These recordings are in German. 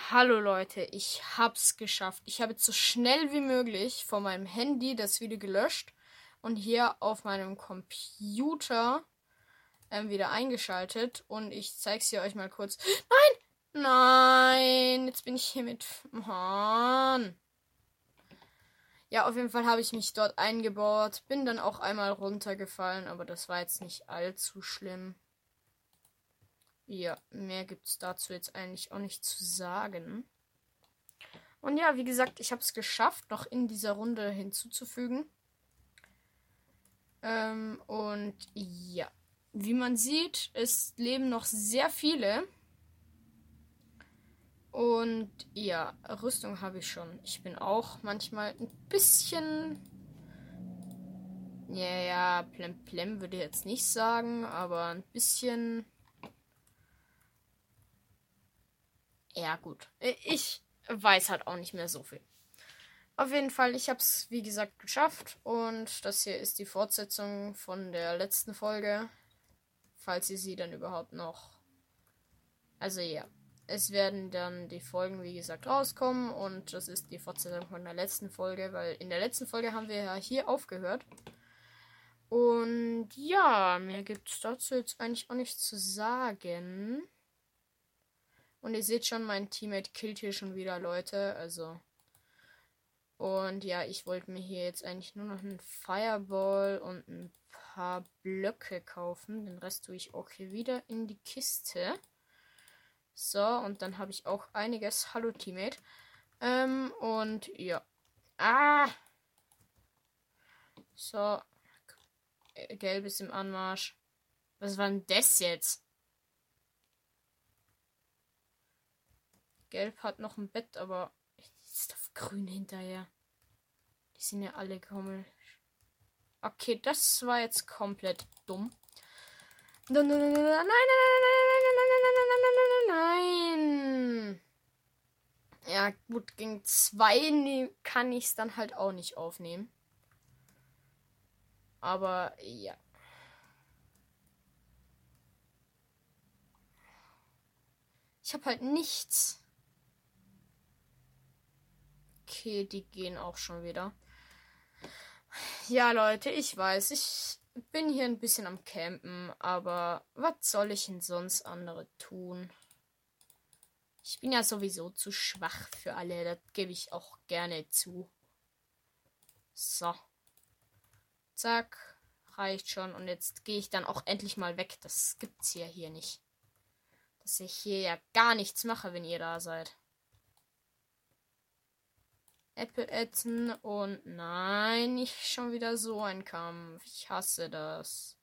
Hallo Leute, ich hab's geschafft. Ich habe jetzt so schnell wie möglich von meinem Handy das Video gelöscht und hier auf meinem Computer wieder eingeschaltet. Und ich zeig's hier euch mal kurz. Nein! Nein! Jetzt bin ich hier mit. Mann! Ja, auf jeden Fall habe ich mich dort eingebaut. Bin dann auch einmal runtergefallen, aber das war jetzt nicht allzu schlimm. Ja, mehr gibt's dazu jetzt eigentlich auch nicht zu sagen. Und ja, wie gesagt, ich habe es geschafft, noch in dieser Runde hinzuzufügen. Und ja, wie man sieht, es leben noch sehr viele. Und ja, Rüstung habe ich schon. Ich bin auch manchmal ein bisschen. Ja, plem würde ich jetzt nicht sagen, aber ein bisschen. Ja, gut. Ich weiß halt auch nicht mehr so viel. Auf jeden Fall, ich habe es wie gesagt geschafft und das hier ist die Fortsetzung von der letzten Folge, falls ihr sie dann überhaupt noch. Also ja, es werden dann die Folgen wie gesagt rauskommen und das ist die Fortsetzung von der letzten Folge, weil in der letzten Folge haben wir ja hier aufgehört. Und ja, mehr gibt es dazu jetzt eigentlich auch nicht zu sagen. Und ihr seht schon, mein Teammate killt hier schon wieder Leute, also. Und ja, ich wollte mir hier jetzt eigentlich nur noch einen Fireball und ein paar Blöcke kaufen. Den Rest tue ich auch hier wieder in die Kiste. So, und dann habe ich auch einiges. Hallo, Teammate. Und ja. Ah! So. Gelb ist im Anmarsch. Was war denn das jetzt? Gelb hat noch ein Bett, aber ist auf grün hinterher. Die sind ja alle komisch. Okay, das war jetzt komplett dumm. Nein, nein, nein, nein, nein, nein, nein, nein, nein. Ja, gut, gegen 2 kann ich es dann halt auch nicht aufnehmen. Aber ja. Ich habe halt nichts. Okay, die gehen auch schon wieder. Ja, Leute, ich weiß, ich bin hier ein bisschen am Campen, aber was soll ich denn sonst andere tun? Ich bin ja sowieso zu schwach für alle, das gebe ich auch gerne zu. So. Zack, reicht schon. Und jetzt gehe ich dann auch endlich mal weg. Das gibt's ja hier nicht. Dass ich hier ja gar nichts mache, wenn ihr da seid. Apple ätzen und nein, nicht schon wieder so ein Kampf. Ich hasse das.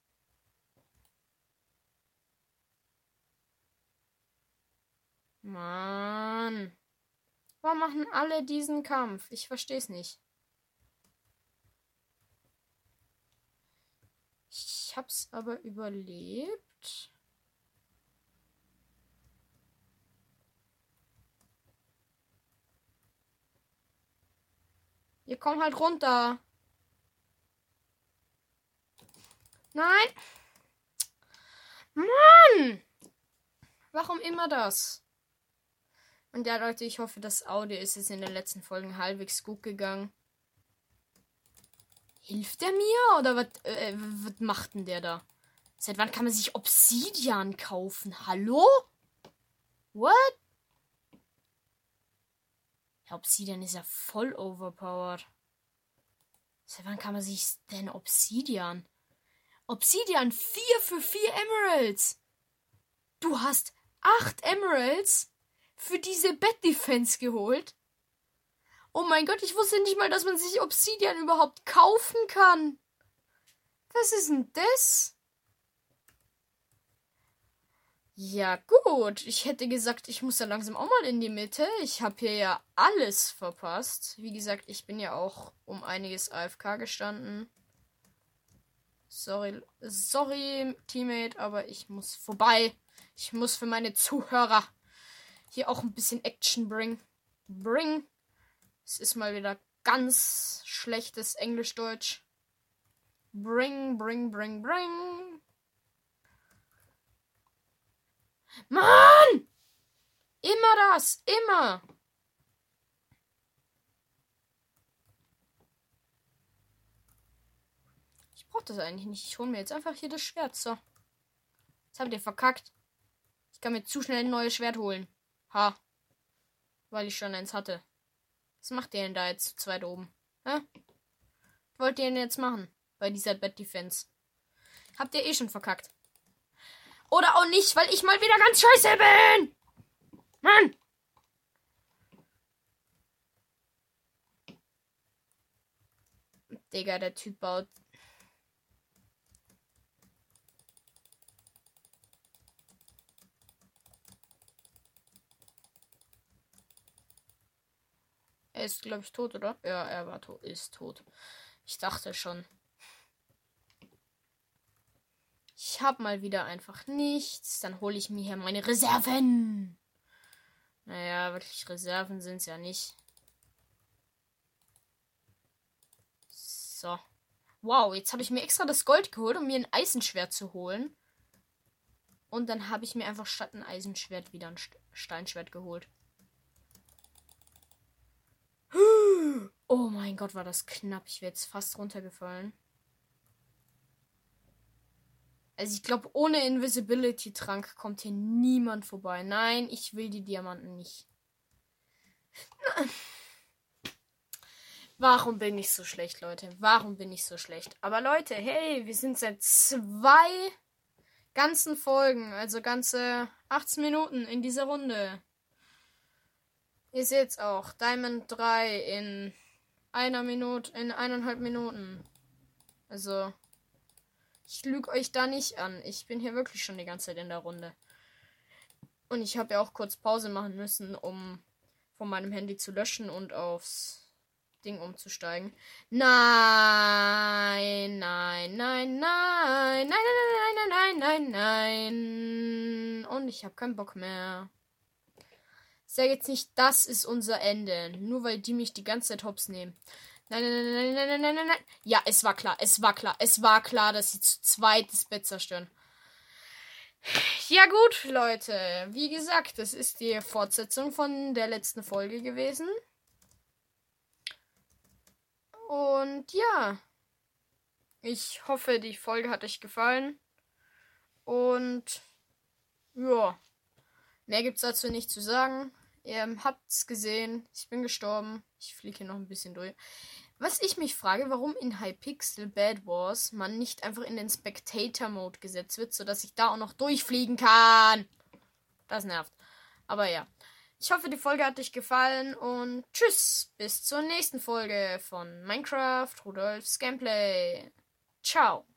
Mann. Warum machen alle diesen Kampf? Ich verstehe es nicht. Ich hab's aber überlebt. Ihr kommt halt runter. Nein. Mann. Warum immer das? Und ja, Leute, ich hoffe, das Audio ist jetzt in den letzten Folgen halbwegs gut gegangen. Hilft der mir? Oder was macht denn der da? Seit wann kann man sich Obsidian kaufen? Hallo? What? Der Obsidian ist ja voll overpowered. Seit wann kann man sich denn Obsidian? Obsidian 4 für 4 Emeralds. Du hast 8 Emeralds für diese Bed Defense geholt. Oh mein Gott, ich wusste nicht mal, dass man sich Obsidian überhaupt kaufen kann. Was ist denn das? Ja, gut. Ich hätte gesagt, ich muss da langsam auch mal in die Mitte. Ich habe hier ja alles verpasst. Wie gesagt, ich bin ja auch um einiges AFK gestanden. Sorry, Teammate, aber ich muss vorbei. Ich muss für meine Zuhörer hier auch ein bisschen Action bringen. Es ist mal wieder ganz schlechtes Englisch-Deutsch. Bring. Mann! Immer das. Immer. Ich brauche das eigentlich nicht. Ich hole mir jetzt einfach hier das Schwert. So. Jetzt habt ihr verkackt. Ich kann mir zu schnell ein neues Schwert holen. Ha. Weil ich schon eins hatte. Was macht ihr denn da jetzt zu zweit oben? Hä? Was wollt ihr denn jetzt machen? Bei dieser Bad Defense. Habt ihr eh schon verkackt. Oder auch nicht, weil ich mal wieder ganz scheiße bin. Mann. Digga, der Typ baut. Er ist, glaube ich, tot, oder? Ja, er war tot. Ist tot. Ich dachte schon. Ich habe mal wieder einfach nichts. Dann hole ich mir hier meine Reserven. Naja, wirklich Reserven sind es ja nicht. So. Wow, jetzt habe ich mir extra das Gold geholt, um mir ein Eisenschwert zu holen. Und dann habe ich mir einfach statt ein Eisenschwert wieder ein Steinschwert geholt. Oh mein Gott, war das knapp. Ich wäre jetzt fast runtergefallen. Also ich glaube, ohne Invisibility-Trank kommt hier niemand vorbei. Nein, ich will die Diamanten nicht. Warum bin ich so schlecht, Leute? Warum bin ich so schlecht? Aber Leute, hey, wir sind seit 2 ganzen Folgen, also ganze 18 Minuten in dieser Runde. Ihr seht's auch, Diamond 3 in 1,5 Minuten. Also... Ich lüge euch da nicht an. Ich bin hier wirklich schon die ganze Zeit in der Runde. Und ich habe ja auch kurz Pause machen müssen, um von meinem Handy zu löschen und aufs Ding umzusteigen. Nein, nein, nein, nein, nein, nein, nein, nein, nein, nein. Und ich habe keinen Bock mehr. Sag jetzt nicht, das ist unser Ende. Nur weil die mich die ganze Zeit hops nehmen. Nein, nein, nein, nein, nein, nein, nein, nein. Ja, es war klar, dass sie zu zweit das Bett zerstören. Ja gut, Leute. Wie gesagt, das ist die Fortsetzung von der letzten Folge gewesen. Und ja. Ich hoffe, die Folge hat euch gefallen. Und ja. Mehr gibt's dazu nicht zu sagen. Ihr habt's gesehen. Ich bin gestorben. Ich fliege hier noch ein bisschen durch. Was ich mich frage, warum in Hypixel Bed Wars man nicht einfach in den Spectator-Mode gesetzt wird, sodass ich da auch noch durchfliegen kann. Das nervt. Aber ja. Ich hoffe, die Folge hat euch gefallen und tschüss. Bis zur nächsten Folge von Minecraft Rudolfs Gameplay. Ciao.